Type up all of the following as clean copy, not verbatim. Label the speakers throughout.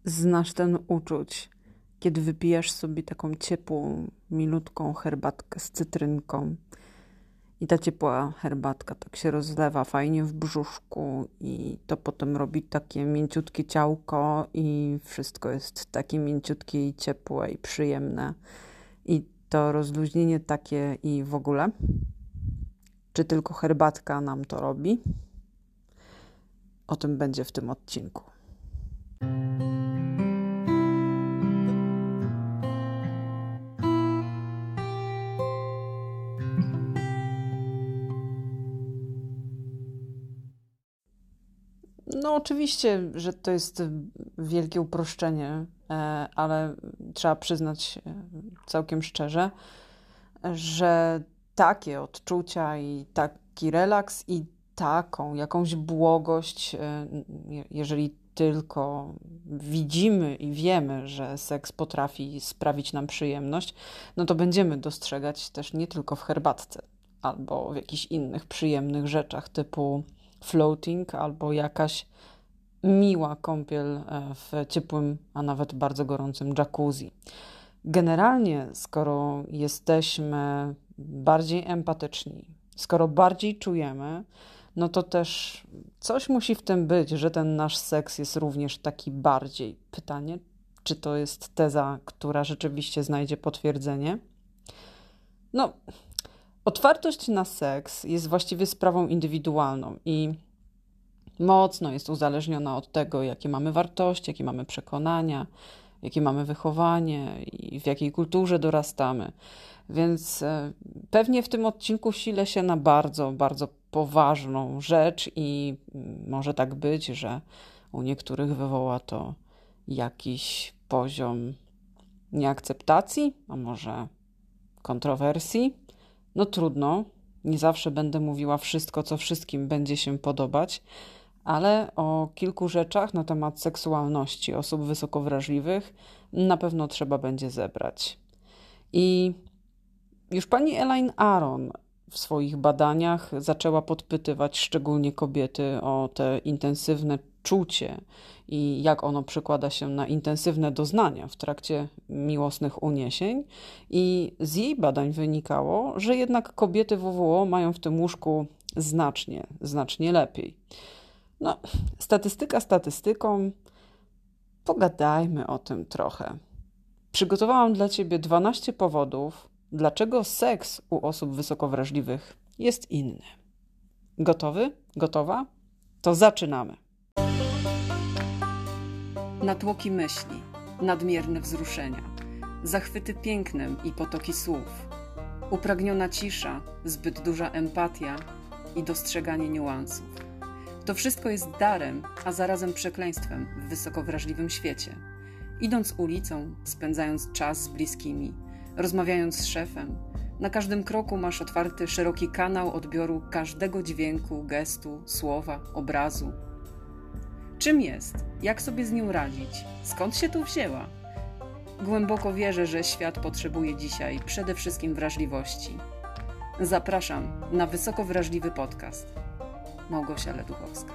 Speaker 1: Znasz ten uczuć, kiedy wypijesz sobie taką ciepłą, milutką herbatkę z cytrynką i ta ciepła herbatka tak się rozlewa fajnie w brzuszku i to potem robi takie mięciutkie ciałko i wszystko jest takie mięciutkie i ciepłe i przyjemne. I to rozluźnienie takie i w ogóle. Czy tylko herbatka nam to robi? O tym będzie w tym odcinku. No oczywiście, że to jest wielkie uproszczenie, ale trzeba przyznać całkiem szczerze, że takie odczucia i taki relaks i taką jakąś błogość, jeżeli tylko widzimy i wiemy, że seks potrafi sprawić nam przyjemność, no to będziemy dostrzegać też nie tylko w herbatce albo w jakichś innych przyjemnych rzeczach typu floating albo jakaś miła kąpiel w ciepłym, a nawet bardzo gorącym jacuzzi. Generalnie, skoro jesteśmy bardziej empatyczni, skoro bardziej czujemy, no to też coś musi w tym być, że ten nasz seks jest również taki bardziej. Pytanie, czy to jest teza, która rzeczywiście znajdzie potwierdzenie? No, otwartość na seks jest właściwie sprawą indywidualną i mocno jest uzależniona od tego, jakie mamy wartości, jakie mamy przekonania, jakie mamy wychowanie i w jakiej kulturze dorastamy. Więc pewnie w tym odcinku silę się na bardzo, bardzo poważną rzecz i może tak być, że u niektórych wywoła to jakiś poziom nieakceptacji, a może kontrowersji. No trudno, nie zawsze będę mówiła wszystko, co wszystkim będzie się podobać, ale o kilku rzeczach na temat seksualności osób wysoko wrażliwych na pewno trzeba będzie zebrać. I już pani Elaine Aron w swoich badaniach zaczęła podpytywać szczególnie kobiety o te intensywne czucie i jak ono przekłada się na intensywne doznania w trakcie miłosnych uniesień. I z jej badań wynikało, że jednak kobiety WWO mają w tym łóżku znacznie lepiej. No, statystyka statystyką, pogadajmy o tym trochę. Przygotowałam dla Ciebie 12 powodów, dlaczego seks u osób wysoko wrażliwych jest inny. Gotowy? Gotowa? To zaczynamy. Natłoki myśli, nadmierne wzruszenia, zachwyty pięknem i potoki słów, upragniona cisza, zbyt duża empatia i dostrzeganie niuansów. To wszystko jest darem, a zarazem przekleństwem w wysoko wrażliwym świecie. Idąc ulicą, spędzając czas z bliskimi, rozmawiając z szefem, na każdym kroku masz otwarty szeroki kanał odbioru każdego dźwięku, gestu, słowa, obrazu. Czym jest? Jak sobie z nią radzić? Skąd się tu wzięła? Głęboko wierzę, że świat potrzebuje dzisiaj przede wszystkim wrażliwości. Zapraszam na wysoko wrażliwy podcast. Małgosia Leduchowska.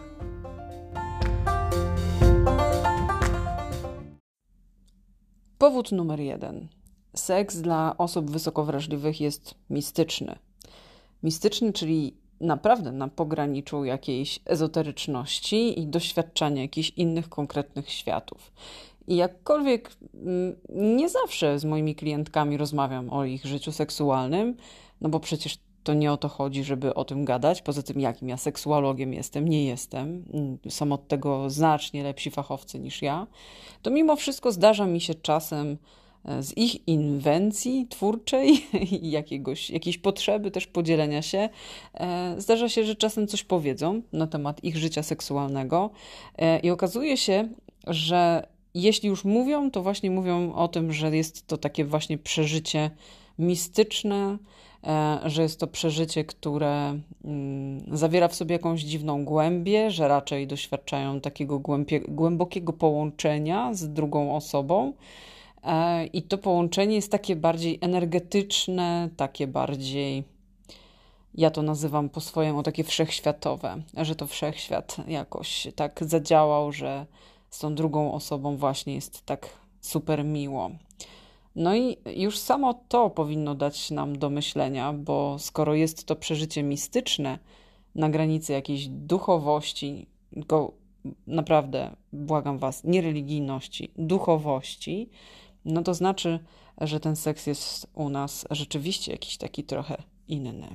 Speaker 1: Powód numer 1. Seks dla osób wysoko wrażliwych jest mistyczny. Mistyczny, czyli naprawdę na pograniczu jakiejś ezoteryczności i doświadczania jakichś innych konkretnych światów. I jakkolwiek nie zawsze z moimi klientkami rozmawiam o ich życiu seksualnym, no bo przecież to nie o to chodzi, żeby o tym gadać. Poza tym, jakim ja seksuologiem jestem, nie jestem. Są od tego znacznie lepsi fachowcy niż ja. To mimo wszystko zdarza mi się czasem z ich inwencji twórczej i jakiejś potrzeby też podzielenia się. Zdarza się, że czasem coś powiedzą na temat ich życia seksualnego i okazuje się, że jeśli już mówią, to właśnie mówią o tym, że jest to takie właśnie przeżycie mistyczne, że jest to przeżycie, które zawiera w sobie jakąś dziwną głębię, że raczej doświadczają takiego głębokiego połączenia z drugą osobą. I to połączenie jest takie bardziej energetyczne, takie bardziej, ja to nazywam po swojemu takie wszechświatowe, że to wszechświat jakoś tak zadziałał, że z tą drugą osobą właśnie jest tak super miło. No i już samo to powinno dać nam do myślenia, bo skoro jest to przeżycie mistyczne na granicy jakiejś duchowości, tylko naprawdę, błagam Was, nie religijności, duchowości, no to znaczy, że ten seks jest u nas rzeczywiście jakiś taki trochę inny.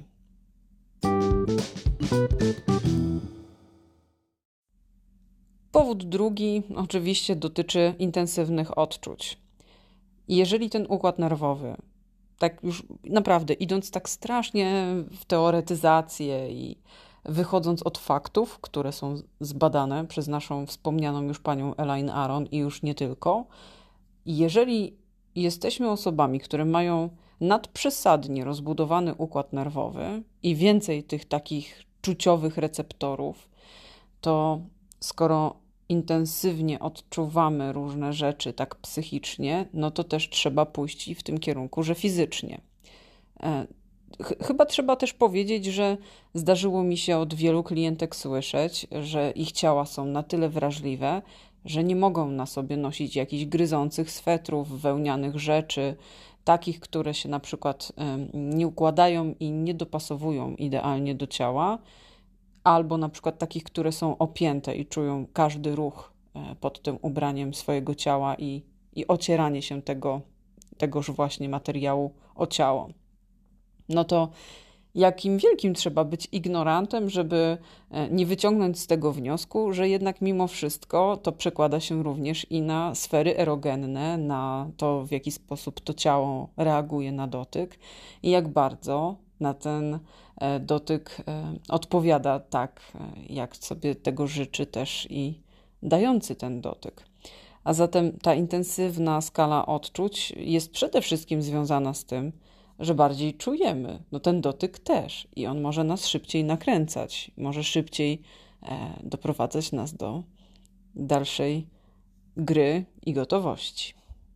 Speaker 1: Powód drugi oczywiście dotyczy intensywnych odczuć. Jeżeli ten układ nerwowy, tak już naprawdę idąc tak strasznie w teoretyzację i wychodząc od faktów, które są zbadane przez naszą wspomnianą już panią Elaine Aron i już nie tylko, jeżeli jesteśmy osobami, które mają nadprzesadnie rozbudowany układ nerwowy i więcej tych takich czuciowych receptorów, to skoro intensywnie odczuwamy różne rzeczy tak psychicznie, no to też trzeba pójść i w tym kierunku, że fizycznie. Chyba trzeba też powiedzieć, że zdarzyło mi się od wielu klientek słyszeć, że ich ciała są na tyle wrażliwe, że nie mogą na sobie nosić jakichś gryzących swetrów, wełnianych rzeczy, takich, które się na przykład nie układają i nie dopasowują idealnie do ciała, albo na przykład takich, które są opięte i czują każdy ruch pod tym ubraniem swojego ciała i ocieranie się tegoż właśnie materiału o ciało. No to jakim wielkim trzeba być ignorantem, żeby nie wyciągnąć z tego wniosku, że jednak mimo wszystko to przekłada się również i na sfery erogenne, na to, w jaki sposób to ciało reaguje na dotyk i jak bardzo na ten dotyk odpowiada tak, jak sobie tego życzy też i dający ten dotyk. A zatem ta intensywna skala odczuć jest przede wszystkim związana z tym, że bardziej czujemy. No ten dotyk też i on może nas szybciej nakręcać, może szybciej doprowadzać nas do dalszej gry i gotowości.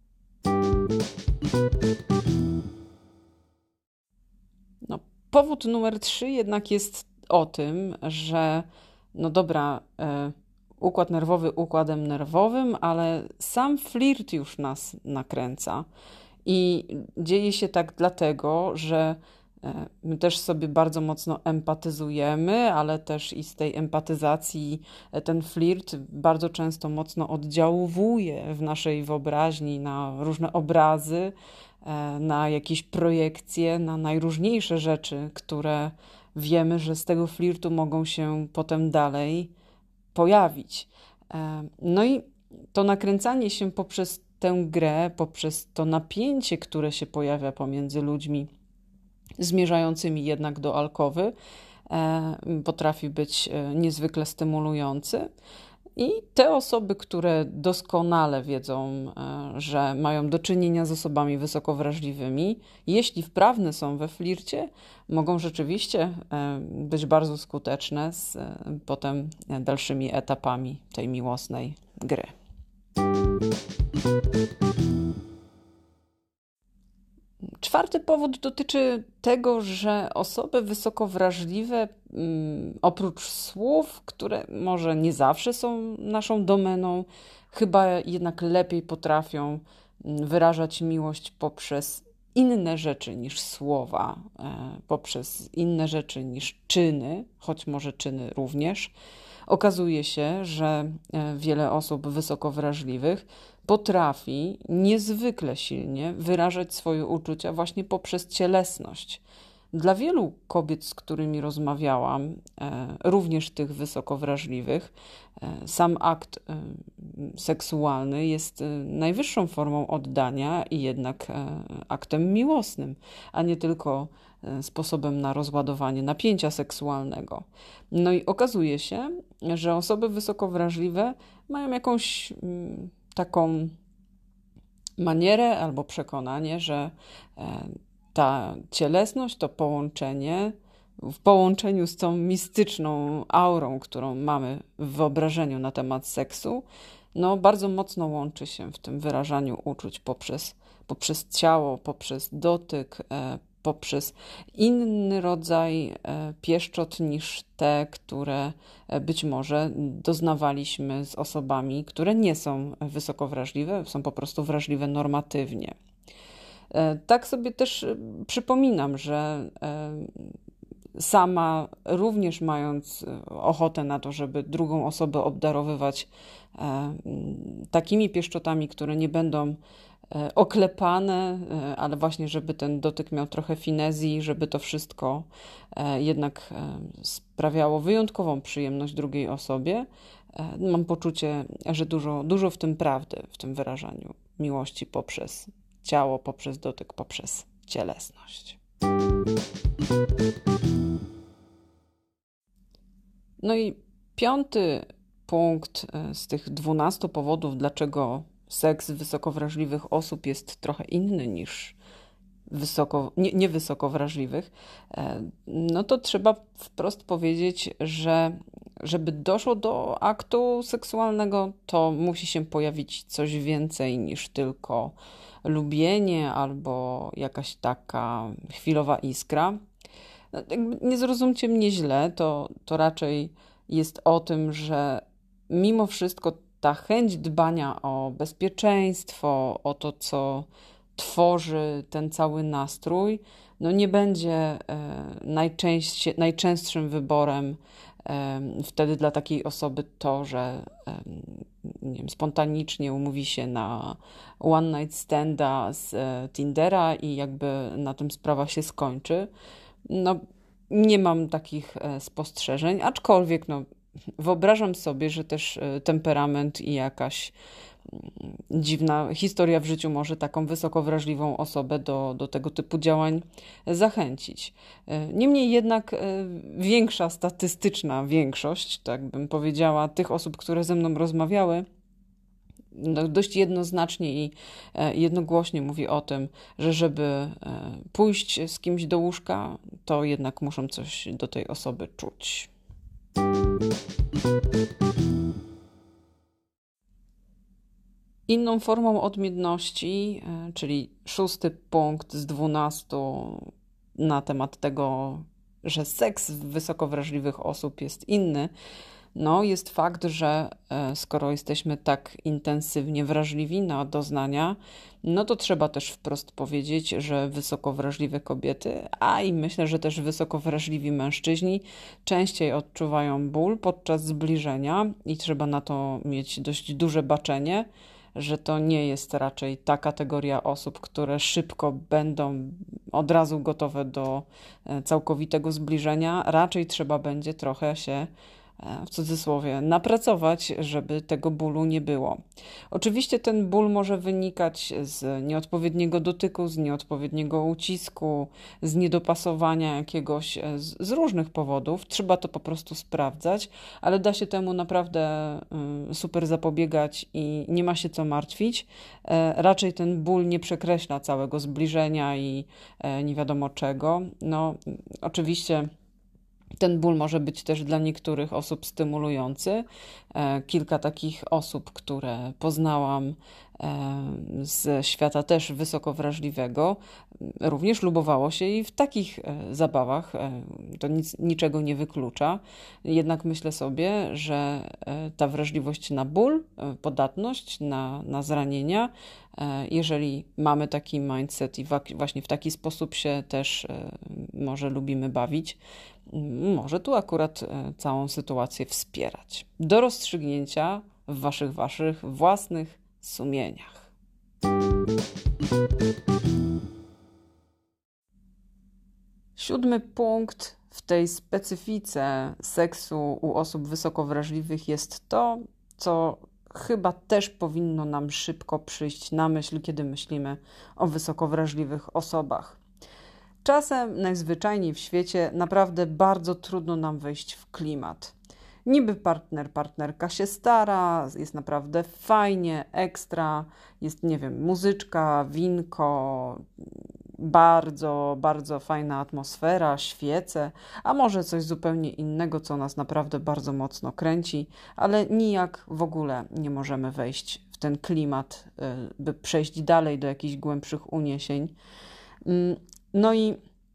Speaker 1: No, powód numer 3 jednak jest o tym, że no dobra, układ nerwowy układem nerwowym, ale sam flirt już nas nakręca. I dzieje się tak dlatego, że my też sobie bardzo mocno empatyzujemy, ale też i z tej empatyzacji ten flirt bardzo często mocno oddziałuje w naszej wyobraźni na różne obrazy, na jakieś projekcje, na najróżniejsze rzeczy, które wiemy, że z tego flirtu mogą się potem dalej pojawić. No i to nakręcanie się poprzez tę grę, poprzez to napięcie, które się pojawia pomiędzy ludźmi zmierzającymi jednak do alkowy, potrafi być niezwykle stymulujący. I te osoby, które doskonale wiedzą, że mają do czynienia z osobami wysoko wrażliwymi, jeśli wprawne są we flircie, mogą rzeczywiście być bardzo skuteczne z potem dalszymi etapami tej miłosnej gry. Czwarty powód dotyczy tego, że osoby wysoko wrażliwe, oprócz słów, które może nie zawsze są naszą domeną, chyba jednak lepiej potrafią wyrażać miłość poprzez inne rzeczy niż słowa, poprzez inne rzeczy niż czyny, choć może czyny również. Okazuje się, że wiele osób wysoko wrażliwych potrafi niezwykle silnie wyrażać swoje uczucia właśnie poprzez cielesność. Dla wielu kobiet, z którymi rozmawiałam, również tych wysoko wrażliwych, sam akt seksualny jest najwyższą formą oddania i jednak aktem miłosnym, a nie tylko sposobem na rozładowanie napięcia seksualnego. No i okazuje się, że osoby wysoko wrażliwe mają jakąś taką manierę albo przekonanie, że ta cielesność, to połączenie w połączeniu z tą mistyczną aurą, którą mamy w wyobrażeniu na temat seksu, no bardzo mocno łączy się w tym wyrażaniu uczuć poprzez ciało, poprzez dotyk, poprzez inny rodzaj pieszczot niż te, które być może doznawaliśmy z osobami, które nie są wysoko wrażliwe, są po prostu wrażliwe normatywnie. Tak sobie też przypominam, że sama również mając ochotę na to, żeby drugą osobę obdarowywać takimi pieszczotami, które nie będą oklepane, ale właśnie żeby ten dotyk miał trochę finezji, żeby to wszystko jednak sprawiało wyjątkową przyjemność drugiej osobie. Mam poczucie, że dużo w tym prawdy, w tym wyrażaniu miłości poprzez ciało, poprzez dotyk, poprzez cielesność. No i 5. punkt z tych 12 powodów, dlaczego seks wysoko wrażliwych osób jest trochę inny niż niewysoko wrażliwych, no to trzeba wprost powiedzieć, że żeby doszło do aktu seksualnego, to musi się pojawić coś więcej niż tylko lubienie albo jakaś taka chwilowa iskra. Nie zrozumcie mnie źle, to raczej jest o tym, że mimo wszystko ta chęć dbania o bezpieczeństwo, o to, co tworzy ten cały nastrój, no nie będzie najczęstszym wyborem wtedy dla takiej osoby to, że nie wiem, spontanicznie umówi się na one night standa z Tindera i jakby na tym sprawa się skończy. No, nie mam takich spostrzeżeń, aczkolwiek no, wyobrażam sobie, że też temperament i jakaś dziwna historia w życiu może taką wysoko wrażliwą osobę do tego typu działań zachęcić. Niemniej jednak większa statystyczna większość, tak bym powiedziała, tych osób, które ze mną rozmawiały, no, dość jednoznacznie i jednogłośnie mówi o tym, że żeby pójść z kimś do łóżka, to jednak muszą coś do tej osoby czuć. Inną formą odmienności, czyli 6. punkt z 12 na temat tego, że seks wysoko wrażliwych osób jest inny, no jest fakt, że skoro jesteśmy tak intensywnie wrażliwi na doznania, no to trzeba też wprost powiedzieć, że wysoko wrażliwe kobiety, a i myślę, że też wysoko wrażliwi mężczyźni częściej odczuwają ból podczas zbliżenia i trzeba na to mieć dość duże baczenie, że to nie jest raczej ta kategoria osób, które szybko będą od razu gotowe do całkowitego zbliżenia. Raczej trzeba będzie trochę się, w cudzysłowie, napracować, żeby tego bólu nie było. Oczywiście ten ból może wynikać z nieodpowiedniego dotyku, z nieodpowiedniego ucisku, z niedopasowania jakiegoś, z różnych powodów. Trzeba to po prostu sprawdzać, ale da się temu naprawdę super zapobiegać i nie ma się co martwić. Raczej ten ból nie przekreśla całego zbliżenia i nie wiadomo czego. No, oczywiście ten ból może być też dla niektórych osób stymulujący. Kilka takich osób, które poznałam z świata też wysoko wrażliwego, również lubowało się i w takich zabawach. To niczego nie wyklucza. Jednak myślę sobie, że ta wrażliwość na ból, podatność na zranienia, jeżeli mamy taki mindset i właśnie w taki sposób się też może lubimy bawić, może tu akurat całą sytuację wspierać. Do rozstrzygnięcia w waszych własnych sumieniach. Siódmy punkt w tej specyfice seksu u osób wysoko wrażliwych jest to, co chyba też powinno nam szybko przyjść na myśl, kiedy myślimy o wysoko wrażliwych osobach. Czasem najzwyczajniej w świecie naprawdę bardzo trudno nam wejść w klimat. Niby partnerka się stara, jest naprawdę fajnie, ekstra, jest, nie wiem, muzyczka, winko, bardzo, bardzo fajna atmosfera, świece, a może coś zupełnie innego, co nas naprawdę bardzo mocno kręci, ale nijak w ogóle nie możemy wejść w ten klimat, by przejść dalej do jakichś głębszych uniesień. No i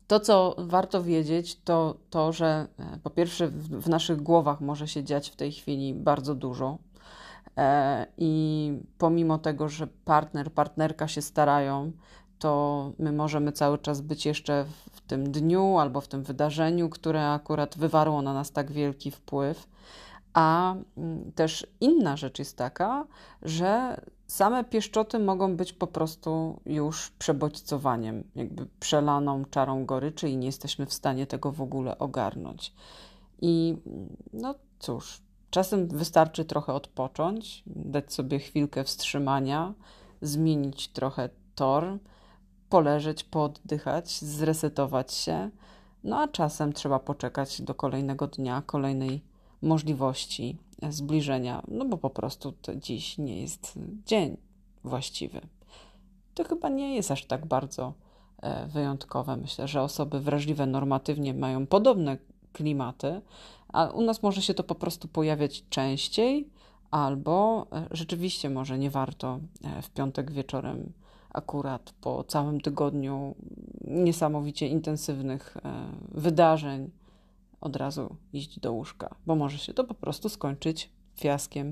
Speaker 1: To, co warto wiedzieć, to to, że po pierwsze w naszych głowach może się dziać w tej chwili bardzo dużo. I pomimo tego, że partnerka się starają, to my możemy cały czas być jeszcze w tym dniu albo w tym wydarzeniu, które akurat wywarło na nas tak wielki wpływ. A też inna rzecz jest taka, że same pieszczoty mogą być po prostu już przebodźcowaniem, jakby przelaną czarą goryczy i nie jesteśmy w stanie tego w ogóle ogarnąć. I no cóż, czasem wystarczy trochę odpocząć, dać sobie chwilkę wstrzymania, zmienić trochę tor, poleżeć, pooddychać, zresetować się. No a czasem trzeba poczekać do kolejnego dnia, kolejnej możliwości zbliżenia, no bo po prostu to dziś nie jest dzień właściwy. To chyba nie jest aż tak bardzo wyjątkowe. Myślę, że osoby wrażliwe normatywnie mają podobne klimaty, a u nas może się to po prostu pojawiać częściej, albo rzeczywiście może nie warto w piątek wieczorem akurat po całym tygodniu niesamowicie intensywnych wydarzeń od razu iść do łóżka, bo może się to po prostu skończyć fiaskiem.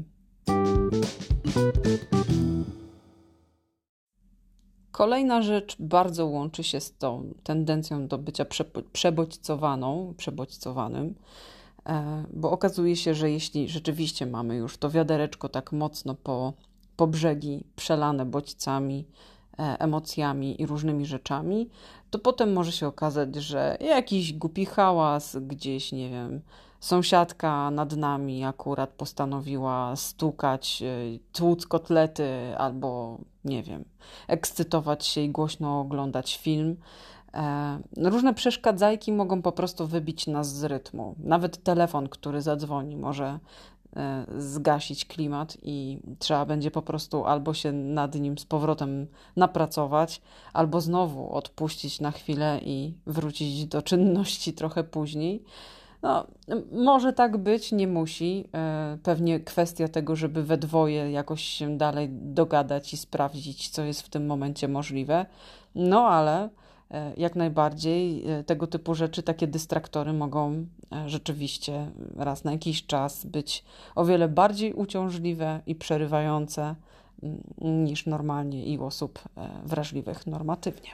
Speaker 1: Kolejna rzecz bardzo łączy się z tą tendencją do bycia przebodźcowanym, bo okazuje się, że jeśli rzeczywiście mamy już to wiadereczko tak mocno po brzegi przelane bodźcami, emocjami i różnymi rzeczami, to potem może się okazać, że jakiś głupi hałas gdzieś, nie wiem, sąsiadka nad nami akurat postanowiła stukać, tłuc kotlety albo, nie wiem, ekscytować się i głośno oglądać film. Różne przeszkadzajki mogą po prostu wybić nas z rytmu. Nawet telefon, który zadzwoni, może zgasić klimat i trzeba będzie po prostu albo się nad nim z powrotem napracować, albo znowu odpuścić na chwilę i wrócić do czynności trochę później. No, może tak być, nie musi. Pewnie kwestia tego, żeby we dwoje jakoś się dalej dogadać i sprawdzić, co jest w tym momencie możliwe. No ale jak najbardziej tego typu rzeczy, takie dystraktory mogą rzeczywiście raz na jakiś czas być o wiele bardziej uciążliwe i przerywające niż normalnie i u osób wrażliwych normatywnie.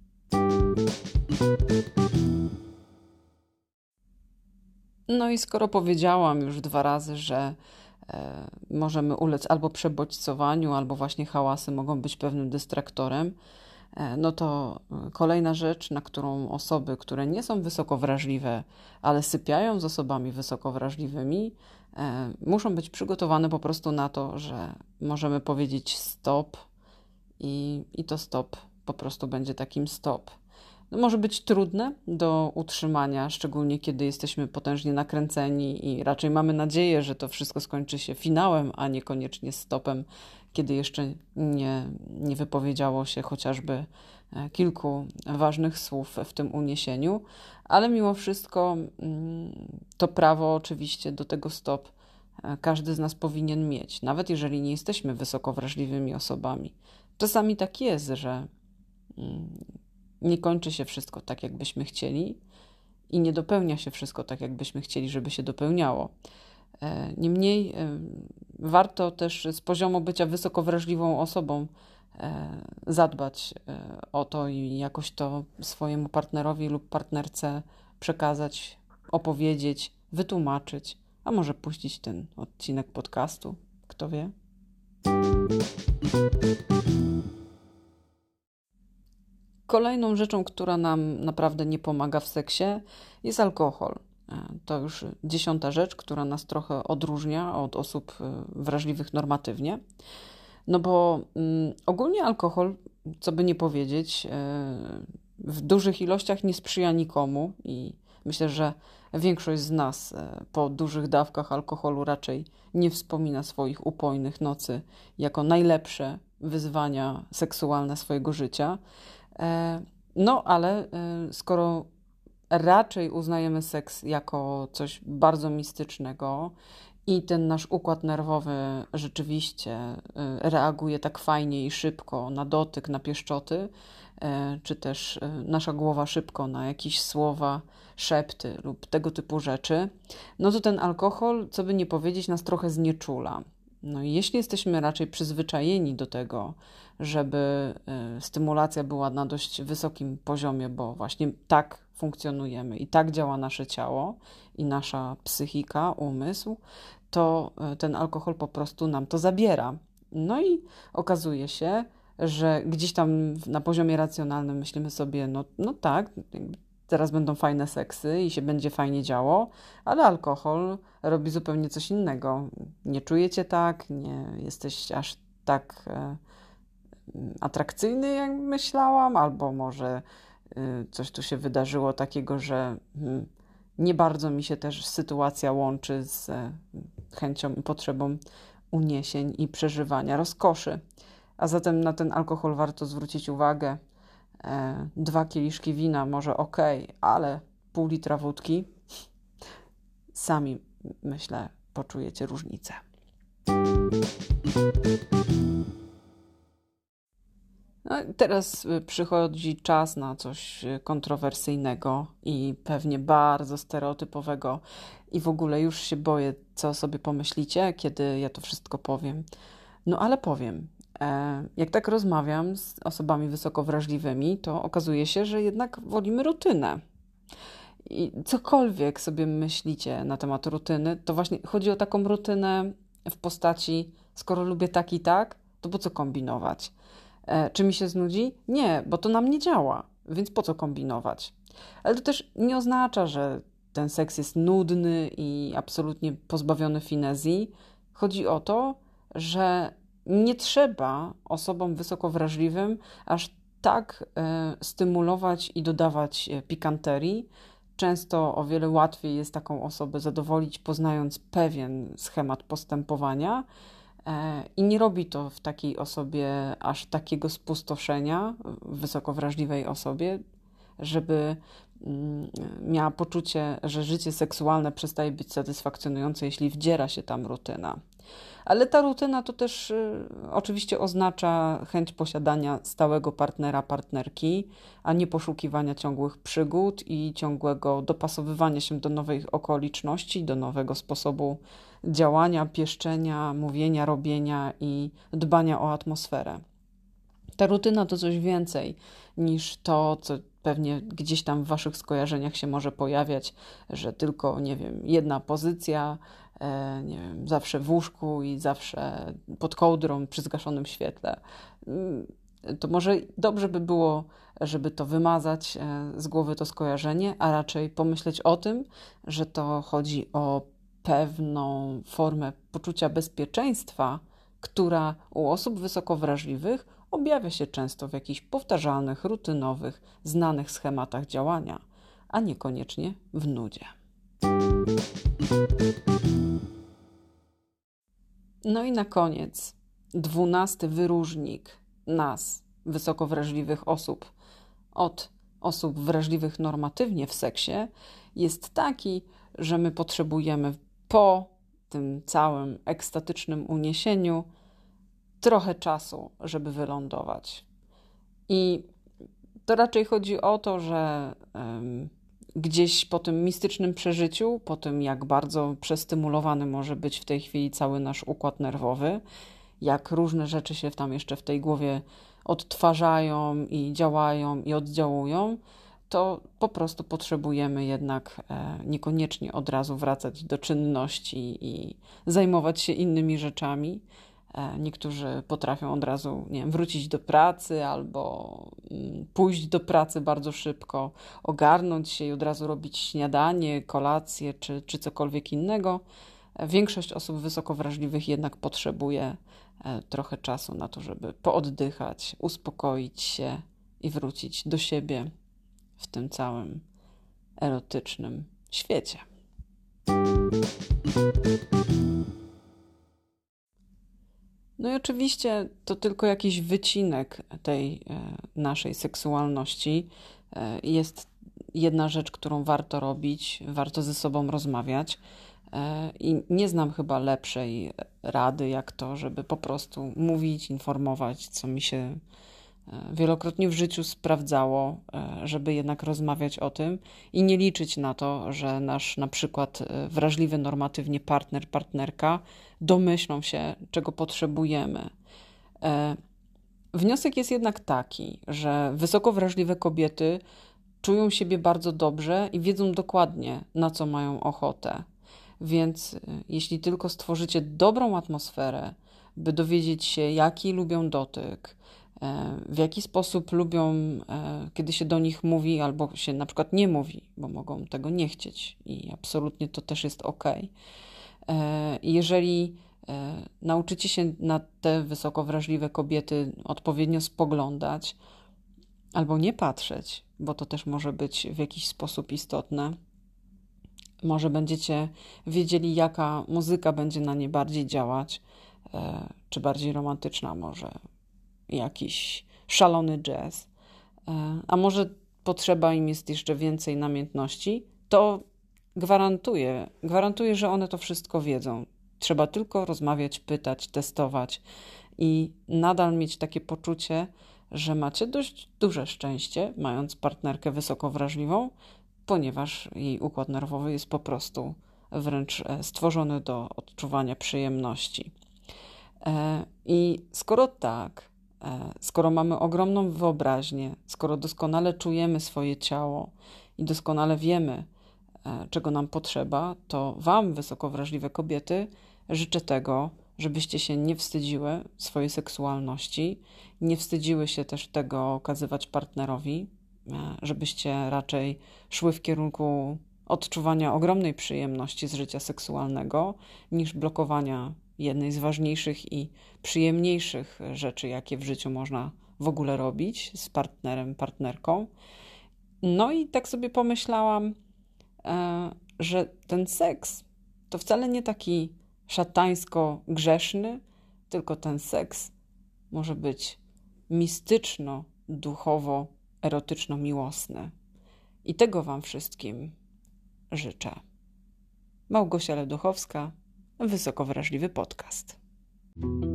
Speaker 1: No i skoro powiedziałam już 2 razy, że możemy ulec albo przebodźcowaniu, albo właśnie hałasy mogą być pewnym dystraktorem, no to kolejna rzecz, na którą osoby, które nie są wysoko wrażliwe, ale sypiają z osobami wysoko wrażliwymi, muszą być przygotowane po prostu na to, że możemy powiedzieć stop i to stop po prostu będzie takim stop. No, może być trudne do utrzymania, szczególnie kiedy jesteśmy potężnie nakręceni i raczej mamy nadzieję, że to wszystko skończy się finałem, a niekoniecznie stopem, kiedy jeszcze nie wypowiedziało się chociażby kilku ważnych słów w tym uniesieniu, ale mimo wszystko to prawo oczywiście do tego stop każdy z nas powinien mieć, nawet jeżeli nie jesteśmy wysoko wrażliwymi osobami. Czasami tak jest, że nie kończy się wszystko tak, jakbyśmy chcieli i nie dopełnia się wszystko tak, jakbyśmy chcieli, żeby się dopełniało. Niemniej warto też z poziomu bycia wysoko wrażliwą osobą zadbać o to i jakoś to swojemu partnerowi lub partnerce przekazać, opowiedzieć, wytłumaczyć, a może puścić ten odcinek podcastu, kto wie. Kolejną rzeczą, która nam naprawdę nie pomaga w seksie, jest alkohol. To już 10. rzecz, która nas trochę odróżnia od osób wrażliwych normatywnie. No bo ogólnie alkohol, co by nie powiedzieć, w dużych ilościach nie sprzyja nikomu i myślę, że większość z nas po dużych dawkach alkoholu raczej nie wspomina swoich upojnych nocy jako najlepsze wyzwania seksualne swojego życia. No, ale skoro raczej uznajemy seks jako coś bardzo mistycznego i ten nasz układ nerwowy rzeczywiście reaguje tak fajnie i szybko na dotyk, na pieszczoty, czy też nasza głowa szybko na jakieś słowa, szepty lub tego typu rzeczy, no to ten alkohol, co by nie powiedzieć, nas trochę znieczula. No i jeśli jesteśmy raczej przyzwyczajeni do tego, żeby stymulacja była na dość wysokim poziomie, bo właśnie tak funkcjonujemy i tak działa nasze ciało i nasza psychika, umysł, to ten alkohol po prostu nam to zabiera. No i okazuje się, że gdzieś tam na poziomie racjonalnym myślimy sobie, no tak, teraz będą fajne seksy i się będzie fajnie działo, ale alkohol robi zupełnie coś innego. Nie czujecie tak, nie jesteś aż tak atrakcyjny, jak myślałam, albo może coś tu się wydarzyło takiego, że nie bardzo mi się też sytuacja łączy z chęcią i potrzebą uniesień i przeżywania rozkoszy. A zatem na ten alkohol warto zwrócić uwagę. 2 kieliszki wina może ale pół litra wódki, sami myślę, poczujecie różnicę. No, teraz przychodzi czas na coś kontrowersyjnego i pewnie bardzo stereotypowego i w ogóle już się boję, co sobie pomyślicie, kiedy ja to wszystko powiem. No ale powiem. Jak tak rozmawiam z osobami wysoko wrażliwymi, to okazuje się, że jednak wolimy rutynę. I cokolwiek sobie myślicie na temat rutyny, to właśnie chodzi o taką rutynę w postaci, skoro lubię tak i tak, to po co kombinować? Czy mi się znudzi? Nie, bo to nam nie działa, więc po co kombinować? Ale to też nie oznacza, że ten seks jest nudny i absolutnie pozbawiony finezji. Chodzi o to, że nie trzeba osobom wysoko wrażliwym aż tak stymulować i dodawać pikanterii. Często o wiele łatwiej jest taką osobę zadowolić, poznając pewien schemat postępowania i nie robi to w takiej osobie aż takiego spustoszenia, wysoko wrażliwej osobie, żeby miała poczucie, że życie seksualne przestaje być satysfakcjonujące, jeśli wdziera się tam rutyna. Ale ta rutyna to też oczywiście oznacza chęć posiadania stałego partnera, partnerki, a nie poszukiwania ciągłych przygód i ciągłego dopasowywania się do nowych okoliczności, do nowego sposobu działania, pieszczenia, mówienia, robienia i dbania o atmosferę. Ta rutyna to coś więcej niż to, co pewnie gdzieś tam w waszych skojarzeniach się może pojawiać, że tylko, nie wiem, jedna pozycja, nie wiem, zawsze w łóżku i zawsze pod kołdrą przy zgaszonym świetle. To może dobrze by było, żeby to wymazać z głowy to skojarzenie, a raczej pomyśleć o tym, że to chodzi o pewną formę poczucia bezpieczeństwa, która u osób wysoko wrażliwych objawia się często w jakichś powtarzalnych, rutynowych, znanych schematach działania, a niekoniecznie w nudzie. No i na koniec 12. wyróżnik nas, wysoko wrażliwych osób, od osób wrażliwych normatywnie w seksie, jest taki, że my potrzebujemy po tym całym ekstatycznym uniesieniu trochę czasu, żeby wylądować. I to raczej chodzi o to, że gdzieś po tym mistycznym przeżyciu, po tym jak bardzo przestymulowany może być w tej chwili cały nasz układ nerwowy, jak różne rzeczy się tam jeszcze w tej głowie odtwarzają i działają i oddziałują, to po prostu potrzebujemy jednak niekoniecznie od razu wracać do czynności i zajmować się innymi rzeczami. Niektórzy potrafią od razu, nie wiem, wrócić do pracy albo pójść do pracy bardzo szybko, ogarnąć się i od razu robić śniadanie, kolację czy cokolwiek innego. Większość osób wysoko wrażliwych jednak potrzebuje trochę czasu na to, żeby pooddychać, uspokoić się i wrócić do siebie w tym całym erotycznym świecie. No i oczywiście to tylko jakiś wycinek tej naszej seksualności. Jest jedna rzecz, którą warto robić, warto ze sobą rozmawiać i nie znam chyba lepszej rady jak to, żeby po prostu mówić, informować, co mi się wielokrotnie w życiu sprawdzało, żeby jednak rozmawiać o tym i nie liczyć na to, że nasz na przykład wrażliwy normatywnie partner, partnerka domyślą się, czego potrzebujemy. Wniosek jest jednak taki, że wysoko wrażliwe kobiety czują siebie bardzo dobrze i wiedzą dokładnie, na co mają ochotę. Więc jeśli tylko stworzycie dobrą atmosferę, by dowiedzieć się, jaki lubią dotyk, w jaki sposób lubią, kiedy się do nich mówi, albo się na przykład nie mówi, bo mogą tego nie chcieć i absolutnie to też jest okej. Jeżeli nauczycie się na te wysoko wrażliwe kobiety odpowiednio spoglądać, albo nie patrzeć, bo to też może być w jakiś sposób istotne, może będziecie wiedzieli, jaka muzyka będzie na nie bardziej działać, czy bardziej romantyczna, może jakiś szalony jazz, a może potrzeba im jest jeszcze więcej namiętności, to gwarantuję, że one to wszystko wiedzą. Trzeba tylko rozmawiać, pytać, testować i nadal mieć takie poczucie, że macie dość duże szczęście, mając partnerkę wysoko wrażliwą, ponieważ jej układ nerwowy jest po prostu wręcz stworzony do odczuwania przyjemności. I skoro tak, skoro mamy ogromną wyobraźnię, skoro doskonale czujemy swoje ciało i doskonale wiemy, czego nam potrzeba, to Wam, wysoko wrażliwe kobiety, życzę tego, żebyście się nie wstydziły swojej seksualności, nie wstydziły się też tego okazywać partnerowi, żebyście raczej szły w kierunku odczuwania ogromnej przyjemności z życia seksualnego, niż blokowania jednej z ważniejszych i przyjemniejszych rzeczy, jakie w życiu można w ogóle robić z partnerem, partnerką. No i tak sobie pomyślałam, że ten seks to wcale nie taki szatańsko-grzeszny, tylko ten seks może być mistyczno, duchowo, erotyczno-miłosny. I tego Wam wszystkim życzę. Małgosia Leduchowska, Wysoko Wrażliwy Podcast.